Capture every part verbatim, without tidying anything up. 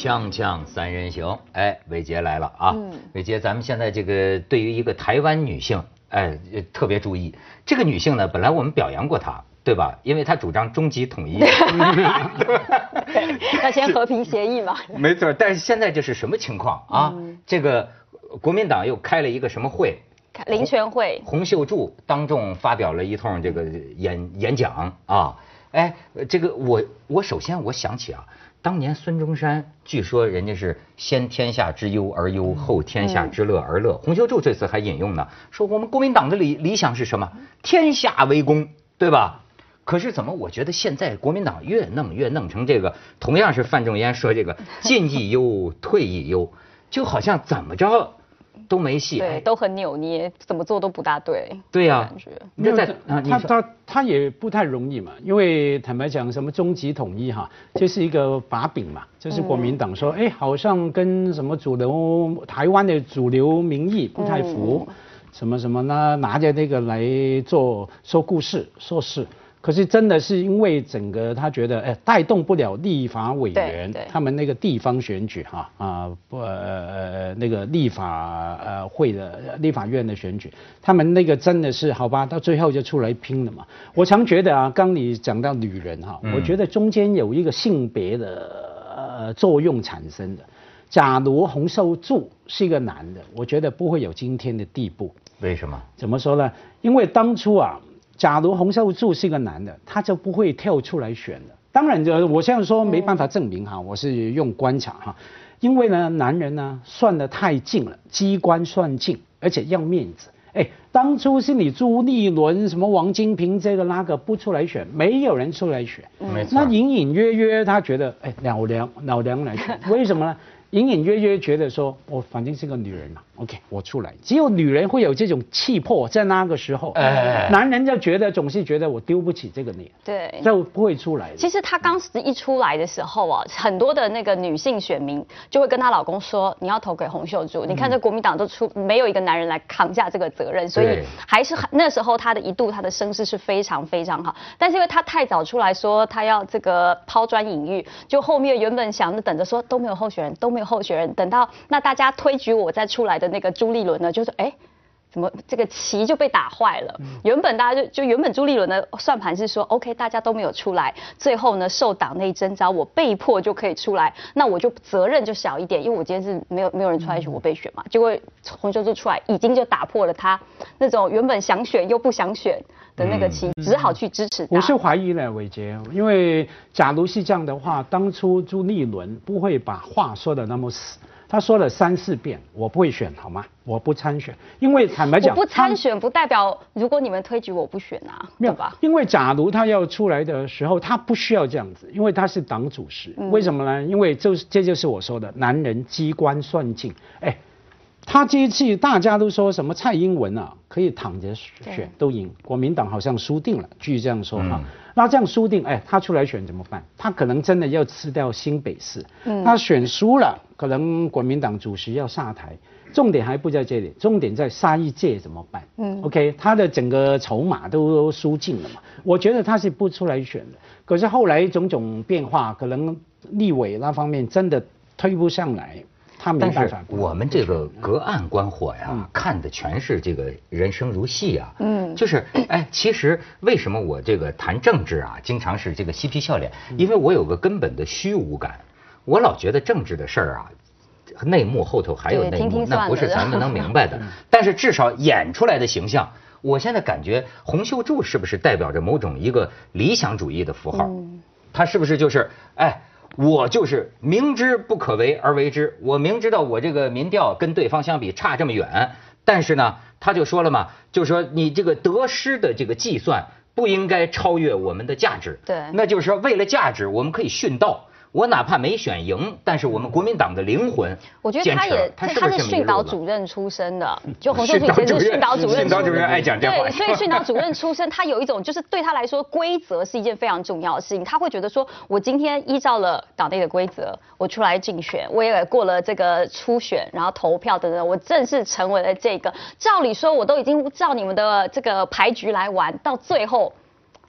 锵锵三人行，哎，伟杰来了啊！嗯，伟杰，咱们现在这个对于一个台湾女性，哎，特别注意。这个女性呢，本来我们表扬过她，对吧？因为她主张终极统一， 要先和平协议嘛。 没错，但是现在这是什么情况啊？嗯、这个国民党又开了一个什么会？ 林权会。 洪秀柱当众发表了一通这个演演讲啊。哎，这个我我首先我想起啊。当年孙中山据说人家是先天下之忧而忧，后天下之乐而乐。洪秀柱这次还引用呢，说我们国民党的理理想是什么？天下为公，对吧？可是怎么我觉得现在国民党越弄越弄成这个，同样是范仲淹说这个进亦忧，退亦忧，就好像怎么着都没戏， 对，都很扭捏，怎么做都不大对。 对呀、啊， 感觉。 那在啊，他他他也不太容易嘛，因为坦白讲，什么终极统一哈，就是一个把柄嘛，就是国民党说，哎、嗯，好像跟什么主流台湾的主流民意不太符，嗯、什么什么呢，拿着那个来做说故事说事。可是真的是因为整个他觉得，哎，带动不了立法委员，他们那个地方选举哈啊不呃那个立法呃会的立法院的选举，他们那个真的是好吧，到最后就出来拼了嘛。我常觉得啊，刚你讲到女人哈，嗯、我觉得中间有一个性别的呃作用产生的。假如洪秀柱是一个男的，我觉得不会有今天的地步。 为什么？ 怎么说呢？因为当初啊。假如洪秀柱是一个男的，他就不会跳出来选的。当然，我现在说没办法证明哈，我是用观察哈，因为呢，男人呢算得太近了，机关算尽，而且要面子。哎，当初是你朱立伦、什么王金平这个那个不出来选，没有人出来选， 没错。 那隐隐约约他觉得，哎，老梁老梁来选，为什么呢？隐隐约约觉得说，我反正是个女人嘛 ，OK， 我出来。只有女人会有这种气魄，在那个时候，哎，男人就觉得总是觉得我丢不起这个脸， 对， 就不会出来。 其实她刚一出来的时候啊，很多的那个女性选民就会跟她老公说，你要投给洪秀柱。嗯、你看这国民党都出没有一个男人来扛下这个责任，所以还是那时候她的一度她的声势是非常非常好。但是因为她太早出来说她要这个抛砖引玉，就后面原本想着等着说都没有候选人，都没有。没有候选人，等到那大家推举我再出来的那个朱立伦呢，就是哎，怎么这个棋就被打坏了？嗯、原本大家就就原本朱立伦的算盘是说 ，OK， 大家都没有出来，最后呢受党内征召，我被迫就可以出来，那我就责任就小一点，因为我今天是没有没有人出来选，我被选嘛。结果洪秀柱出来，已经就打破了他那种原本想选又不想选的那个棋，嗯、只好去支持他。 我是怀疑了伟杰，因为假如是这样的话，当初朱立伦不会把话说的那么死。他说了三四遍，我不会选，好吗？我不参选，因为坦白讲， 我不参选不代表如果你们推举我不选啊，对吧？ 因为假如他要出来的时候，他不需要这样子，因为他是党主席。嗯、为什么呢？因为这这就是我说的，男人机关算尽。哎，他这一次大家都说什么蔡英文啊，可以躺着选都赢，国民党好像输定了，据这样说哈。嗯那这样输定，哎，他出来选怎么办？他可能真的要吃掉新北市。嗯，他选输了，可能国民党主席要下台。重点还不在这里，重点在下一届怎么办？嗯 ，OK， 他的整个筹码都输尽了嘛。我觉得他是不出来选的。可是后来种种变化，可能立委那方面真的推不上来。他没办法。 我们这个隔岸观火呀，嗯、看的全是这个人生如戏啊。嗯，就是哎，其实为什么我这个谈政治啊，经常是这个嬉皮笑脸？因为我有个根本的虚无感，我老觉得政治的事儿啊，内幕后头还有内幕， 听听那不是咱们能明白的。但是至少演出来的形象，我现在感觉洪秀柱是不是代表着某种一个理想主义的符号？嗯、他是不是就是哎？我就是明知不可为而为之，我明知道我这个民调跟对方相比差这么远，但是呢，他就说了嘛，就是说你这个得失的这个计算不应该超越我们的价值。 对， 那就是说为了价值，我们可以殉道。我哪怕没选赢，但是我们国民党的灵魂， 我觉得他也他是训导主任出身的，就洪秀柱以前是训导主任， 训导主任爱讲这话， 对，所以训导主任出身，他有一种就是对他来说，规则是一件非常重要的事情，他会觉得说，我今天依照了党内的规则，我出来竞选，我也过了这个初选，然后投票等等，我正式成为了这个，照理说我都已经照你们的这个牌局来玩，到最后。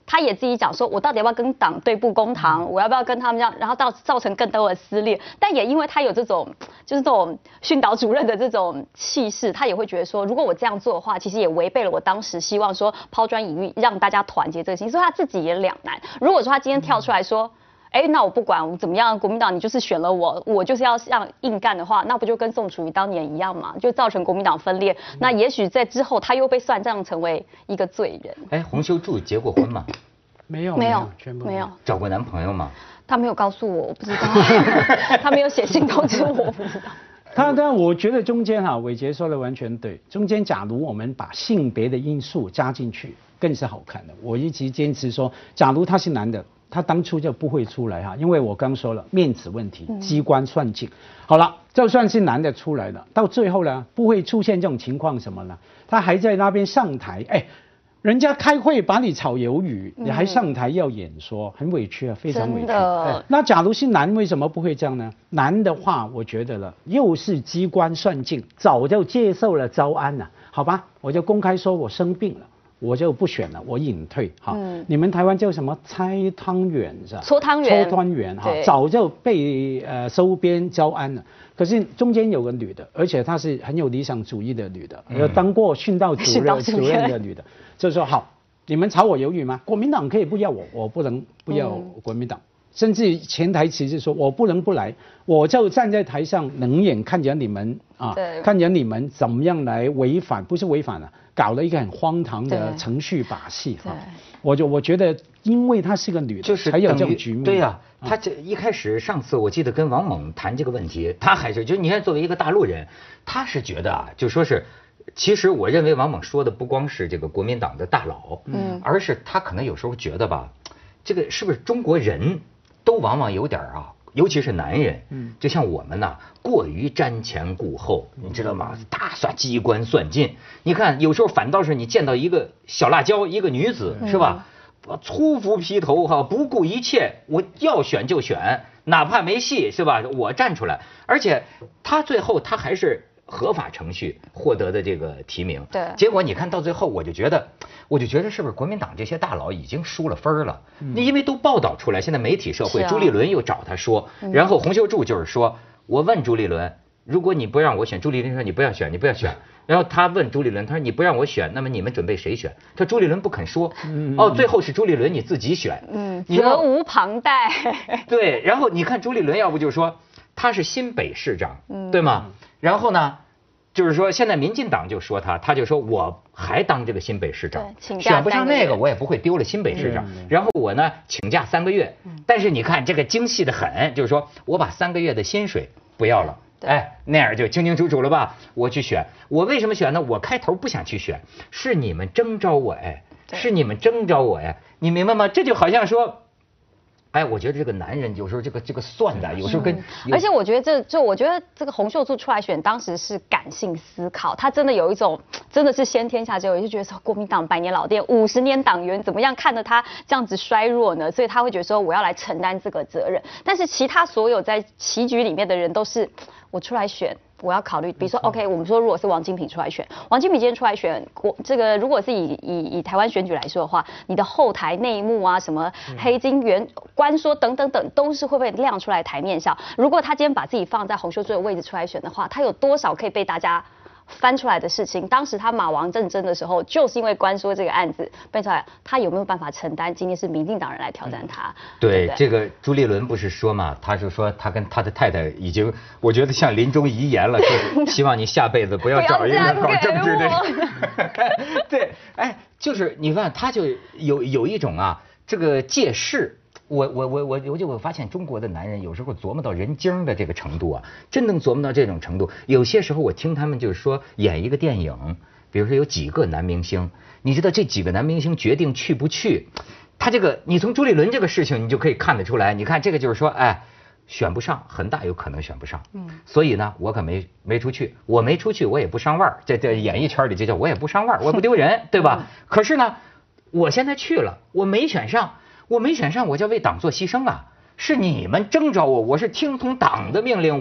他也自己讲说，我到底要不要跟党对簿公堂，我要不要跟他们这样，然后到造成更多的撕裂。但也因为他有这种就是这种训导主任的这种气势，他也会觉得说，如果我这样做的话，其实也违背了我当时希望说抛砖引玉，让大家团结这个心，所以他自己也两难。如果说他今天跳出来说，哎，那我不管我怎么样，国民党你就是选了我，我就是要这样硬干的话，那不就跟宋楚瑜当年一样嘛，就造成国民党分裂。那也许在之后他又被算账成为一个罪人。 哎，洪秀柱结过婚吗？ 没有， 没有， 全部没有。 找过男朋友吗？ 他没有告诉我，我不知道。他没有写信通知我，我不知道。 他，但我觉得中间哈，伟杰说的完全对。中间假如我们把性别的因素加进去，更是好看的。我一直坚持说，假如他是男的。他当初就不会出来哈，因为我刚说了面子问题，机关算尽。好了，就算是男的出来了，到最后呢，不会出现这种情况什么呢？他还在那边上台，哎，人家开会把你炒鱿鱼，你还上台要演说，很委屈啊，非常委屈。哎，那假如是男，为什么不会这样呢？男的话，我觉得了，又是机关算尽，早就接受了招安了，好吧，我就公开说我生病了。我就不选了，我隐退哈。嗯、你们台湾叫什么猜汤圆是吧？ 搓汤圆。 搓汤圆哈，早就被呃收编招安了。可是中间有个女的，而且她是很有理想主义的女的，有、嗯、当过训导主任主任的女的，就说好，你们炒我鱿鱼吗？国民党可以不要我，我不能不要国民党。嗯，甚至潜台词是说，我不能不来，我就站在台上冷眼看着你们啊，看着你们怎么样来违反，不是违反了、啊，搞了一个很荒唐的程序把戏哈、啊。我就我觉得，因为她是个女的， 就是才有这种局面。 对呀、啊，她这一开始上次我记得跟王猛谈这个问题，他还是就你看作为一个大陆人，他是觉得啊，就说是。其实我认为王猛说的不光是这个国民党的大佬，嗯，而是他可能有时候觉得吧，这个是不是中国人都往往有点啊，尤其是男人，嗯，就像我们呐，过于瞻前顾后，你知道吗？大算机关算尽，你看有时候反倒是你见到一个小辣椒，一个女子是吧，粗服披头哈，不顾一切，我要选就选，哪怕没戏是吧？我站出来，而且他最后他还是。合法程序获得的这个提名， 对， 结果你看到最后，我就觉得，我就觉得是不是国民党这些大佬已经输了分了？嗯，因为都报道出来，现在媒体社会，啊、朱立伦又找他说，然后洪秀柱就是说，我问朱立伦，如果你不让我选，朱立伦说你不要选，你不要选。然后他问朱立伦，他说你不让我选，那么你们准备谁选？他说朱立伦不肯说，嗯、哦，最后是朱立伦你自己选， 嗯，责无旁贷。 对，然后你看朱立伦，要不就说他是新北市长，嗯、对吗？然后呢，就是说现在民进党就说他，他就说我还当这个新北市长，选不上那个我也不会丢了新北市长。然后我呢请假三个月，但是你看这个精细的很，就是说我把三个月的薪水不要了。哎，那样就清清楚楚了吧？我去选，我为什么选呢？我开头不想去选，是你们征召我哎，是你们征召我呀，你明白吗？这就好像说。哎，我觉得这个男人有时候这个这个算的，有时候跟， 而且我觉得这就我觉得这个洪秀柱出来选，当时是感性思考，他真的有一种真的是先天下之忧，就觉得说国民党百年老店，五十年党员怎么样看着他这样子衰弱呢？所以他会觉得说我要来承担这个责任。但是其他所有在棋局里面的人都是我出来选。我要考虑，比如说 ，OK， 我们说如果是王金平出来选，王金平今天出来选，国这个如果是以以以台湾选举来说的话，你的后台内幕啊，什么黑金元官说等等等，都是会被亮出来台面上。如果他今天把自己放在洪秀柱的位置出来选的话，他有多少可以被大家翻出来的事情？当时他马王政争的时候，就是因为官说这个案子被出来，他有没有办法承担？今天是民进党人来挑战他。嗯、 对, 对, 对这个朱立伦不是说嘛，他就说他跟他的太太已经，我觉得像临终遗言了，说希望你下辈子不要找一个搞政治的人。对，哎，就是你看，他就有有一种啊，这个借势。我我我我我就我发现中国的男人有时候琢磨到人精的这个程度啊，真能琢磨到这种程度。有些时候我听他们就是说演一个电影，比如说有几个男明星，你知道这几个男明星决定去不去，他这个你从朱立伦这个事情你就可以看得出来。你看这个就是说，哎，选不上，很大有可能选不上。嗯，所以呢，我可没没出去，我没出去，我也不上腕儿。这这演艺圈里就叫我也不上腕儿，我不丢人，对吧？可是呢，我现在去了，我没选上。我没选上，我就为党做牺牲啊！是你们征召我，我是听从党的命令，我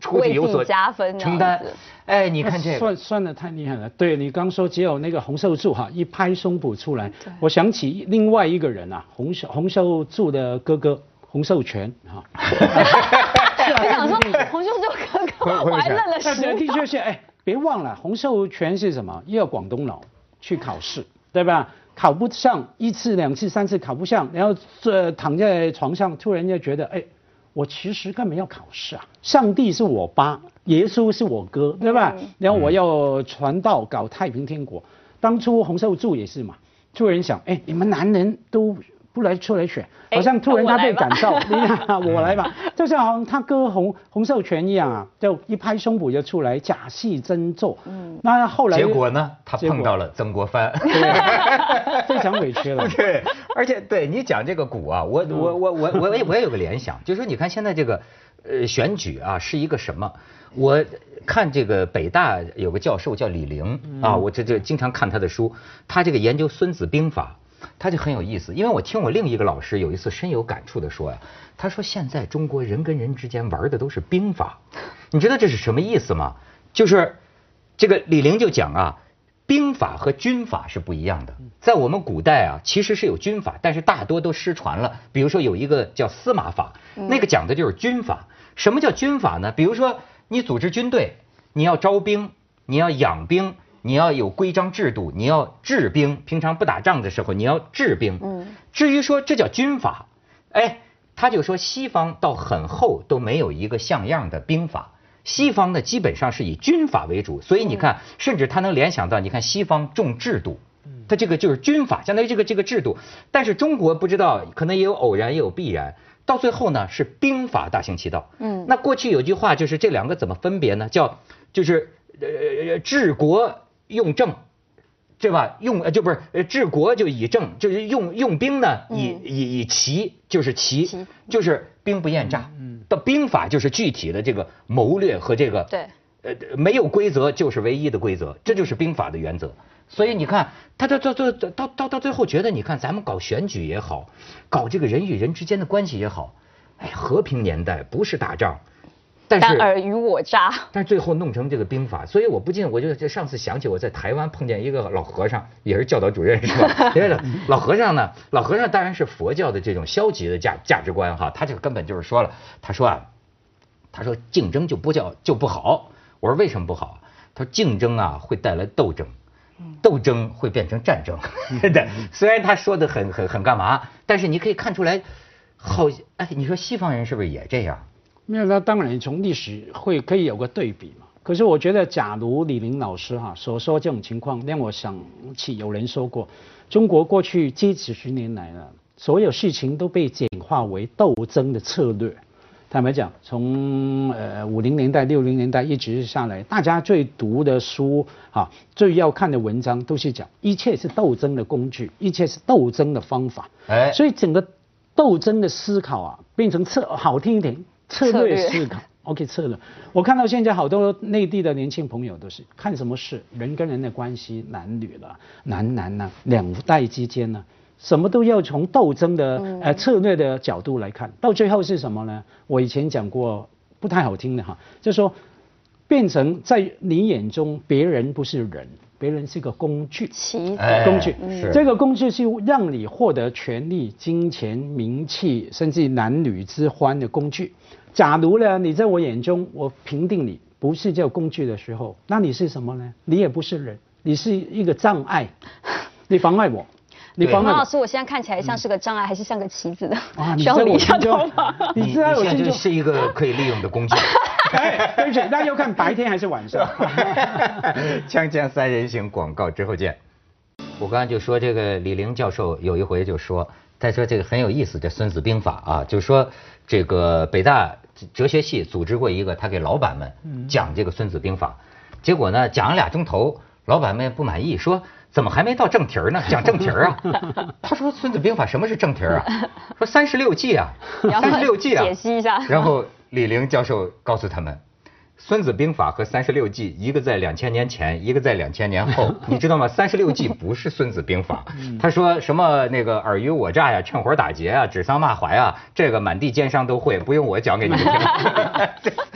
出去有所加分承担。哎，你看这个算算的太厉害了。对你刚说只有那个洪秀柱哈一拍胸脯出来，我想起另外一个人啊，洪秀洪秀柱的哥哥洪秀全哈。 我想说洪秀柱哥哥，我还愣了十秒。 的确是哎，别忘了洪秀全是什么？也有广东佬去考试，对吧？考不上一次两次三次考不上，然后这躺在床上，突然间觉得哎。我其实根本要考试啊！上帝是我爸，耶稣是我哥，对吧？嗯、然后我要传道搞太平天国。当初洪秀柱也是嘛，突然想，哎，你们男人都不来出来选，好像突然他被感召，你看我来吧，就像他哥洪洪秀全一样啊，就一拍胸脯就出来假戏真做。嗯，那后来结果呢，他碰到了曾国藩， 非常委屈了。 对，而且对你讲这个股啊，我我我我我也我也有个联想，就是说你看现在这个呃选举啊是一个什么？我看这个北大有个教授叫李陵啊，我这这经常看他的书，他这个研究《孙子兵法》。他就很有意思，因为我听我另一个老师有一次深有感触的说呀，他说现在中国人跟人之间玩的都是兵法，你知道这是什么意思吗？就是这个李陵就讲啊，兵法和军法是不一样的。在我们古代啊，其实是有军法，但是大多都失传了。比如说有一个叫司马法，那个讲的就是军法。什么叫军法呢？比如说你组织军队，你要招兵，你要养兵。你要有规章制度，你要治兵，平常不打仗的时候你要治兵。嗯，至于说这叫军法，哎，他就说西方到很后都没有一个像样的兵法，西方呢基本上是以军法为主，所以你看，甚至他能联想到，你看西方重制度，他这个就是军法，相当于这个这个制度，但是中国不知道，可能也有偶然也有必然，到最后呢是兵法大行其道。嗯，那过去有句话就是这两个怎么分别呢？叫就是呃治国。用政，对吧？用呃就不是呃治国就以政，就是用用兵呢以以以奇，就是奇，就是兵不厌诈。嗯，到兵法就是具体的这个谋略和这个对呃没有规则就是唯一的规则，这就是兵法的原则。所以你看，他到到到到到到最后觉得，你看咱们搞选举也好，搞这个人与人之间的关系也好，哎，和平年代不是打仗。但是尔虞我诈， 但最后弄成这个兵法，所以我不禁我就上次想起我在台湾碰见一个老和尚，也是教导主任是吧？因为老和尚呢，老和尚当然是佛教的这种消极的价价值观哈，他这个根本就是说了，他说啊，他说竞争就不叫就不好，我说为什么不好？他说竞争啊会带来斗争，斗争会变成战争。对，虽然他说的很很很干嘛，但是你可以看出来，好哎，你说西方人是不是也这样？ 没有，那当然从历史会可以有个对比嘛。可是我觉得，假如李陵老师哈所说这种情况，让我想起有人说过，中国过去几十年来呢，所有事情都被简化为斗争的策略。坦白讲，从呃五零年代、六零年代一直下来，大家最读的书啊，最要看的文章都是讲一切是斗争的工具，一切是斗争的方法。哎，所以整个斗争的思考啊，变成策好听一点。策略思考 ，OK， 策略。我看到现在好多内地的年轻朋友都是看什么事，人跟人的关系，男女了，男男呐，两代之间呢，什么都要从斗争的呃策略的角度来看，到最后是什么呢？我以前讲过不太好听的哈，就是说变成在你眼中别人不是人。别人是个工具，工具，嗯、这个工具是让你获得权力、金钱、名气，甚至男女之欢的工具。假如呢，你在我眼中，我评定你不是这个工具的时候，那你是什么呢？你也不是人，你是一个障碍，你妨碍我。你妨碍王老师，我现在看起来像是个障碍，还是像个棋子的？啊，需要理一下头发。 你在我心中是一个可以利用的工具。 哎，对不起，那要看白天还是晚上。 锵锵三人行，广告之后见。我刚才就说这个李陵教授有一回就说，他说这个很有意思，这《孙子兵法》啊，就说这个北大哲学系组织过一个，他给老板们讲这个《孙子兵法》，结果呢讲了俩钟头，老板们不满意，说怎么还没到正题呢？讲正题啊？他说《孙子兵法》什么是正题啊？说三十六计啊，三十六计啊， 解析一下。 然后李陵教授告诉他们，《孙子兵法》和三十六计，一个在两千年前，一个在两千年后，你知道吗？三十六计不是《孙子兵法》。他说什么那个尔虞我诈呀，趁火打劫啊，指桑骂槐啊，这个满地奸商都会，不用我讲给你们听。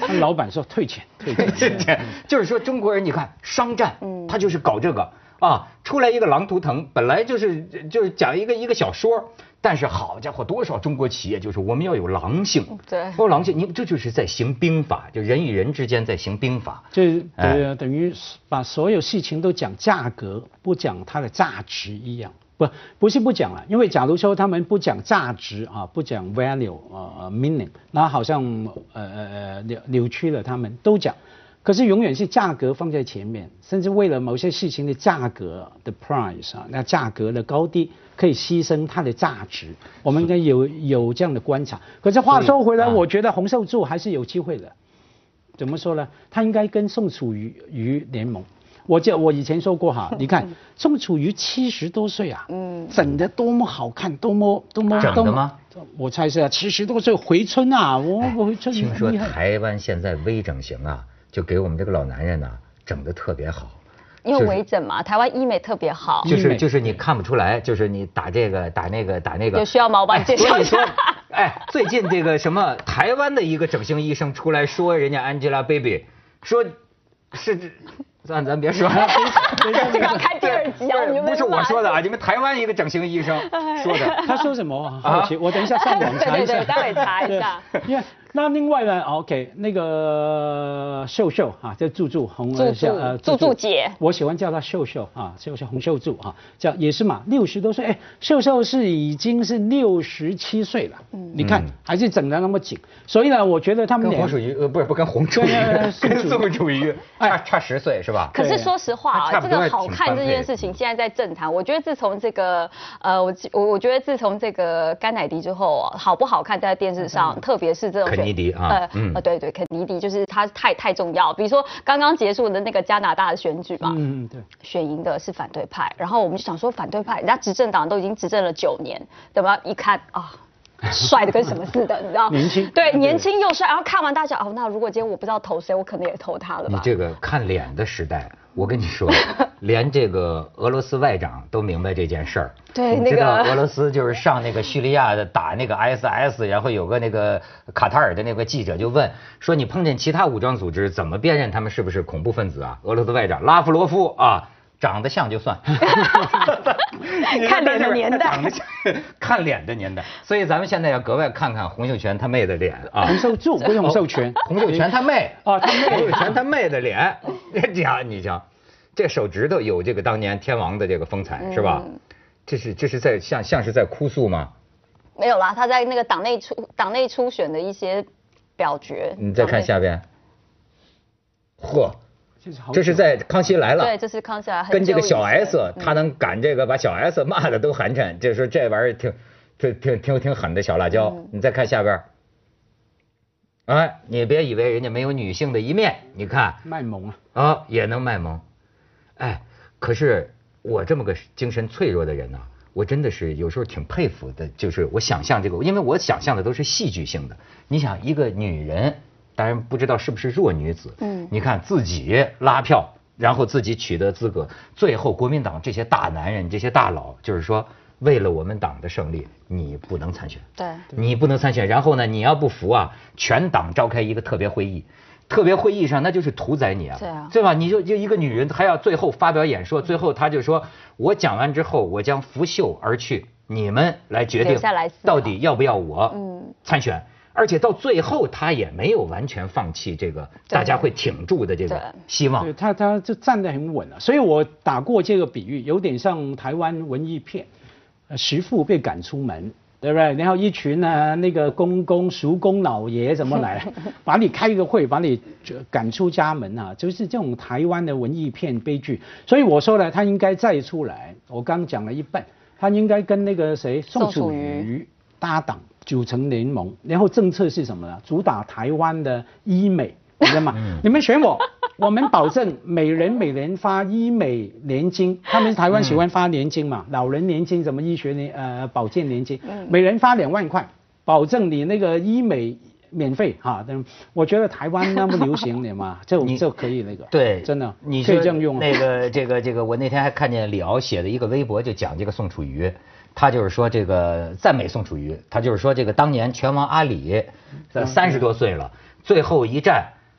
老板说退钱，退钱， 退钱，就是说中国人你看商战，他就是搞这个啊，出来一个狼图腾，本来就是就是讲一个一个小说。但是好家伙，多少中国企业就是我们要有狼性， 对， 有狼性，你这就是在行兵法，就人与人之间在行兵法， 就等等于把所有事情都讲价格，不讲它的价值一样。不，不是不讲了，因为假如说他们不讲价值啊，不讲 value 呃 meaning， 那好像呃呃扭扭曲了他们，都讲。可是永远是价格放在前面，甚至为了某些事情的价格的 price 啊，那价格的高低可以牺牲它的价值，我们应该有有这样的观察。可是话说回来，我觉得洪秀柱还是有机会的。怎么说呢？他应该跟宋楚瑜瑜联盟。我记得我以前说过哈，你看宋楚瑜七十多岁啊，嗯，整得多么好看，多么多么整的吗？ 我猜是啊，七十多岁回春啊，我我回春。 听说台湾现在微整形啊。就给我们这个老男人呢、啊、整得特别好， 因为微整嘛，台湾医美特别好， 就是就是你看不出来，就是你打这个打那个打那个， 就需要毛把介绍一下。 哎，最近这个什么台湾的一个整形医生出来说，人家 Angelababy 说是。咱咱别说了， 这个要看第二集啊！ 不是我说的啊，你们台湾一个整形医生说的。 他说什么啊？好奇，我等一下上网查一下。 对对对，待会查一下。 因为那另外呢 ，OK， 那个秀秀啊，叫柱柱洪柱柱呃柱柱姐， 我喜欢叫她秀秀啊，秀秀洪秀柱啊，叫也是嘛，六十多岁，哎，秀秀是已经是六十七岁了，嗯，你看还是整得那么紧，所以呢，我觉得他们跟洪楚瑜呃不是不跟洪楚瑜，跟宋楚瑜差差十岁是吧？ 可是说实话啊，这个好看这件事情现在在政坛，我觉得自从这个呃我我我觉得自从这个甘乃迪之后，好不好看在电视上，特别是这种肯尼迪啊， 呃呃对对肯尼迪就是他太太重要，比如说刚刚结束的那个加拿大的选举嘛，嗯对，选赢的是反对派，然后我们就想说反对派，人家执政党都已经执政了九年，对吧？一看啊。帅的跟什么似的，你知道？ 年轻， 对，年轻又帅。然后看完大家哦，那如果今天我不知道投谁，我可能也投他了吧？ 你这个看脸的时代，我跟你说，连这个俄罗斯外长都明白这件事儿。 对， 你知道俄罗斯就是上那个叙利亚的打那个 I S I S， 然后有个那个卡塔尔的那个记者就问说，你碰见其他武装组织怎么辨认他们是不是恐怖分子啊？俄罗斯外长拉夫罗夫啊。长得像就算， 看脸的年代，长得像看脸的年代，所以咱们现在要格外看看洪秀全他妹的脸啊， 洪秀柱不是洪秀全， 洪秀全他妹啊，他妹， 洪秀全他妹的脸，这样你瞧，这手指头有这个当年天王的这个风采是吧？这是这是在像像是在哭诉吗？ 没有啦，他在那个党内初党内初选的一些表决。 你再看下边，嚯！这是在康熙来了， 对，这是康熙来了， 跟这个小 S， 他能赶这个把小 S 骂的都寒碜，就是说这玩意儿挺挺挺挺挺狠的小辣椒。你再看下边，哎，你别以为人家没有女性的一面，你看卖萌啊， 啊也能卖萌，哎，可是我这么个精神脆弱的人呢、啊，我真的是有时候挺佩服的，就是我想象这个，因为我想象的都是戏剧性的，你想一个女人。当然不知道是不是弱女子，嗯，你看自己拉票，然后自己取得资格，最后国民党这些大男人、这些大佬，就是说为了我们党的胜利，你不能参选， 对， 你不能参选。然后呢，你要不服啊，全党召开一个特别会议，特别会议上那就是屠宰你啊， 对啊， 对吧？你就就一个女人还要最后发表演说，最后她就说，我讲完之后，我将拂袖而去，你们来决定到底要不要我嗯参选。而且到最后，他也没有完全放弃这个大家会挺住的这个希望。 对，他他就站得很稳了。所以我打过这个比喻，有点像台湾文艺片，媳妇被赶出门，对不对？然后一群呢那个公公、叔公、老爷怎么来，把你开个会，把你赶出家门啊，就是这种台湾的文艺片悲剧。所以我说了，他应该再出来。我刚讲了一半，他应该跟那个谁宋楚瑜搭档。组成联盟，然后政策是什么呢？主打台湾的医美，你知道吗？嗯、你们选我，我们保证每人每人发医美年金，他们台湾喜欢发年金嘛，嗯、老人年金什么医学年呃保健年金，嗯、每人发两万块，保证你那个医美免费哈。我觉得台湾那么流行的嘛，就就可以那个。 对， 真的， 你可以这样用。 那个这个这个，我那天还看见李敖写的一个微博，就讲这个宋楚瑜。他就是说这个赞美宋楚瑜，他就是说这个当年拳王阿里，三十多岁了，最后一战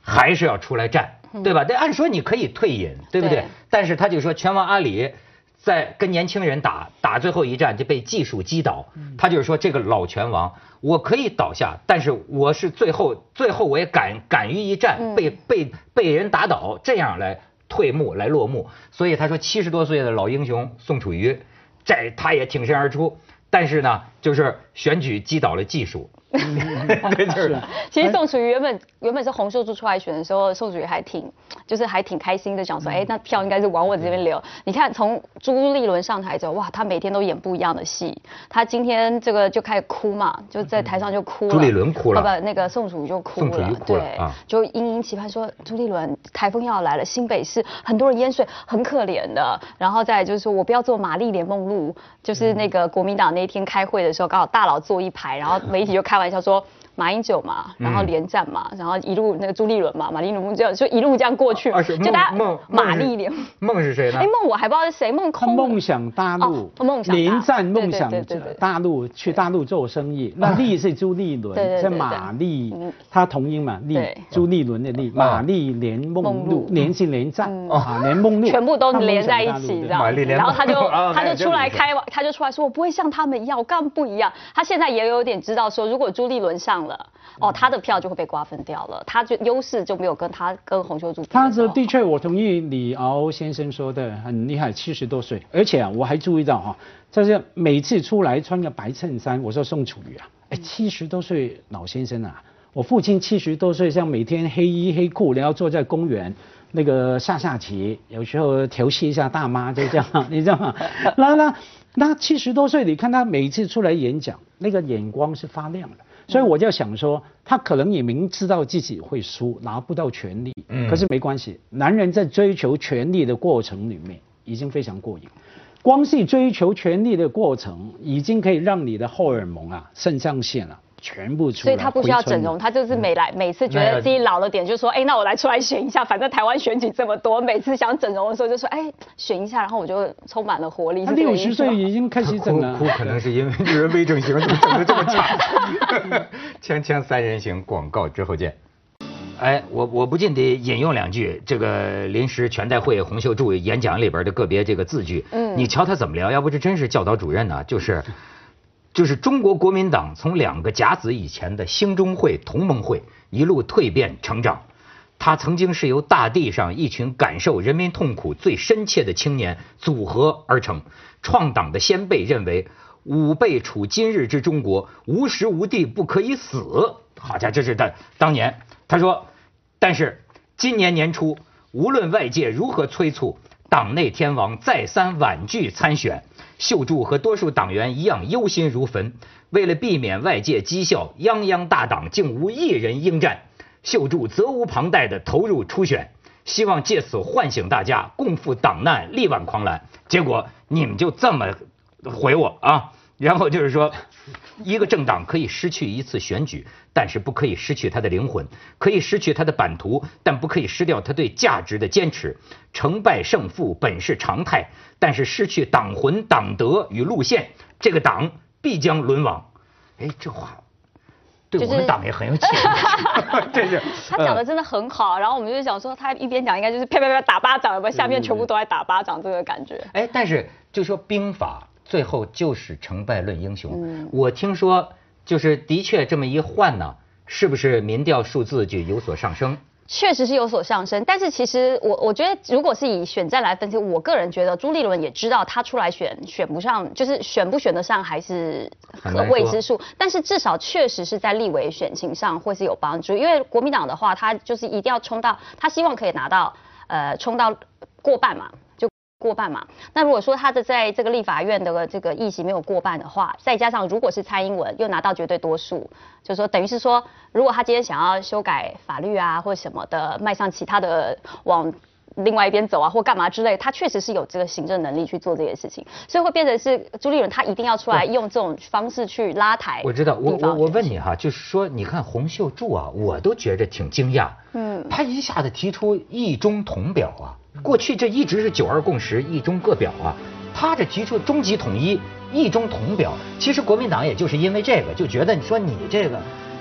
还是要出来战，对吧？这按说你可以退隐，对不对？但是他就说拳王阿里在跟年轻人打打最后一战就被技术击倒，他就是说这个老拳王我可以倒下，但是我是最后最后我也敢敢于一战，被被被人打倒，这样来退幕来落幕。所以他说七十多岁的老英雄宋楚瑜，这他也挺身而出，但是呢就是选举击倒了技术。对，就是。 其实宋楚瑜原本原本是洪秀柱出来选的时候，宋楚瑜还挺就是还挺开心的，讲说，哎，那票应该是往我这边流。你看，从朱立伦上台之后，哇，他每天都演不一样的戏。他今天这个就开始哭嘛，就在台上就哭了。 朱立伦哭了， 不，那个宋楚瑜就哭了。 宋楚瑜哭了， 对，就殷殷期盼说，朱立伦台风要来了，新北市很多人淹水，很可怜的。然后再来就是说我不要做玛丽莲梦露，就是那个国民党那一天开会的时候，刚好大佬坐一排，然后媒体就开玩笑说。马英九嘛，然后连战嘛，然后一路那个朱立伦嘛，马丽莲这样就一路这样过去，就大家马丽莲梦是谁呢？ 哎，梦我还不知道是谁，梦空梦想大陆， 梦想连战梦想大陆去大陆做生意，那丽是朱立伦，是马丽，他同音嘛，丽朱立伦的丽，马丽莲梦露，连是连战啊，连梦露， 全部都连在一起这样，然后他就他就出来开，他就出来说，我不会像他们一样，我干嘛不一样？他现在也有点知道说，如果朱立伦上了，哦，他的票就会被瓜分掉了，他就优势就没有跟他跟洪秀柱。 他这的确，我同意李敖先生说的很厉害，七十多岁，而且啊，我还注意到哈，就是每次出来穿个白衬衫，我说宋楚瑜啊，哎，七十多岁老先生啊，我父亲七十多岁，像每天黑衣黑裤，然后坐在公园那个下下棋，有时候调戏一下大妈，就这样，你知道吗？那那那七十多岁，你看他每次出来演讲，那个眼光是发亮的。所以我就想说，他可能也明知道自己会输，拿不到权力，嗯，可是没关系，男人在追求权力的过程里面已经非常过瘾，光是追求权力的过程，已经可以让你的荷尔蒙啊、肾上腺啊全部出来。 所以他不需要整容，他就是每来每次觉得自己老了点，就说，哎，那我来出来选一下，反正台湾选举这么多，每次想整容的时候就说，哎，选一下，然后我就充满了活力。 他六十岁已经开始整了， 哭可能是因为女人微整形怎么整得这么差。锵锵三人行，广告之后见。哎，我我不禁得引用两句这个临时全代会洪秀柱演讲里边的个别这个字句。嗯，你瞧他怎么聊？要不这真是教导主任呢，就是。就是中国国民党从两个甲子以前的兴中会、同盟会一路蜕变成长，它曾经是由大地上一群感受人民痛苦最深切的青年组合而成。创党的先辈认为，吾辈处今日之中国，无时无地不可以死。好家伙，这是他当年他说，但是今年年初，无论外界如何催促，党内天王再三婉拒参选。秀柱和多数党员一样忧心如焚，为了避免外界讥笑泱泱大党竟无一人应战，秀柱责无旁贷地投入初选，希望借此唤醒大家共赴党难，力挽狂澜。结果你们就这么回我啊！然后就是说，一个政党可以失去一次选举，但是不可以失去它的灵魂，可以失去它的版图，但不可以失掉它对价值的坚持。成败胜负本是常态，但是失去党魂、党德与路线，这个党必将沦亡。哎，这话对我们党也很有启发。这是他讲的真的很好，然后我们就想说，他一边讲应该就是啪啪啪打巴掌，有没有？下面全部都在打巴掌，这个感觉。 哎，但是就说兵法。最后就是成败论英雄。嗯、我听说，就是的确这么一换呢，是不是民调数字就有所上升？ 确实是有所上升，但是其实我我觉得，如果是以选战来分析，我个人觉得朱立伦也知道他出来选选不上，就是选不选得上还是未知数。但是至少确实是在立委选情上会是有帮助，因为国民党的话，他就是一定要冲到，他希望可以拿到呃冲到过半嘛。过半嘛，那如果说他的在这个立法院的这个议席没有过半的话，再加上如果是蔡英文又拿到绝对多数，就是说等于是说，如果他今天想要修改法律啊或什么的，迈向其他的往另外一边走啊或干嘛之类，他确实是有这个行政能力去做这些事情，所以会变成是朱立伦他一定要出来用这种方式去拉抬。 我知道，我我我问你哈，就是说你看洪秀柱啊，我都觉着挺惊讶，嗯，他一下子提出一中统表啊。过去这一直是九二共识、一中各表啊，他这提出终极统一、一中统表，其实国民党也就是因为这个，就觉得你说你这个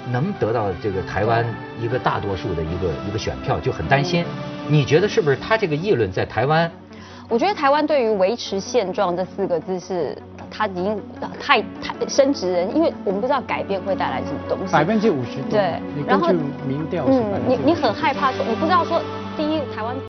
能得到这个台湾一个大多数的一个一个选票，就很担心。你觉得是不是他这个议论在台湾？ 我觉得台湾对于维持现状这四个字是，他已经太太深植人，因为我们不知道改变会带来什么东西。 百分之五十多。 对， 然后民调是嗯，你你很害怕说，你不知道说，第一台湾。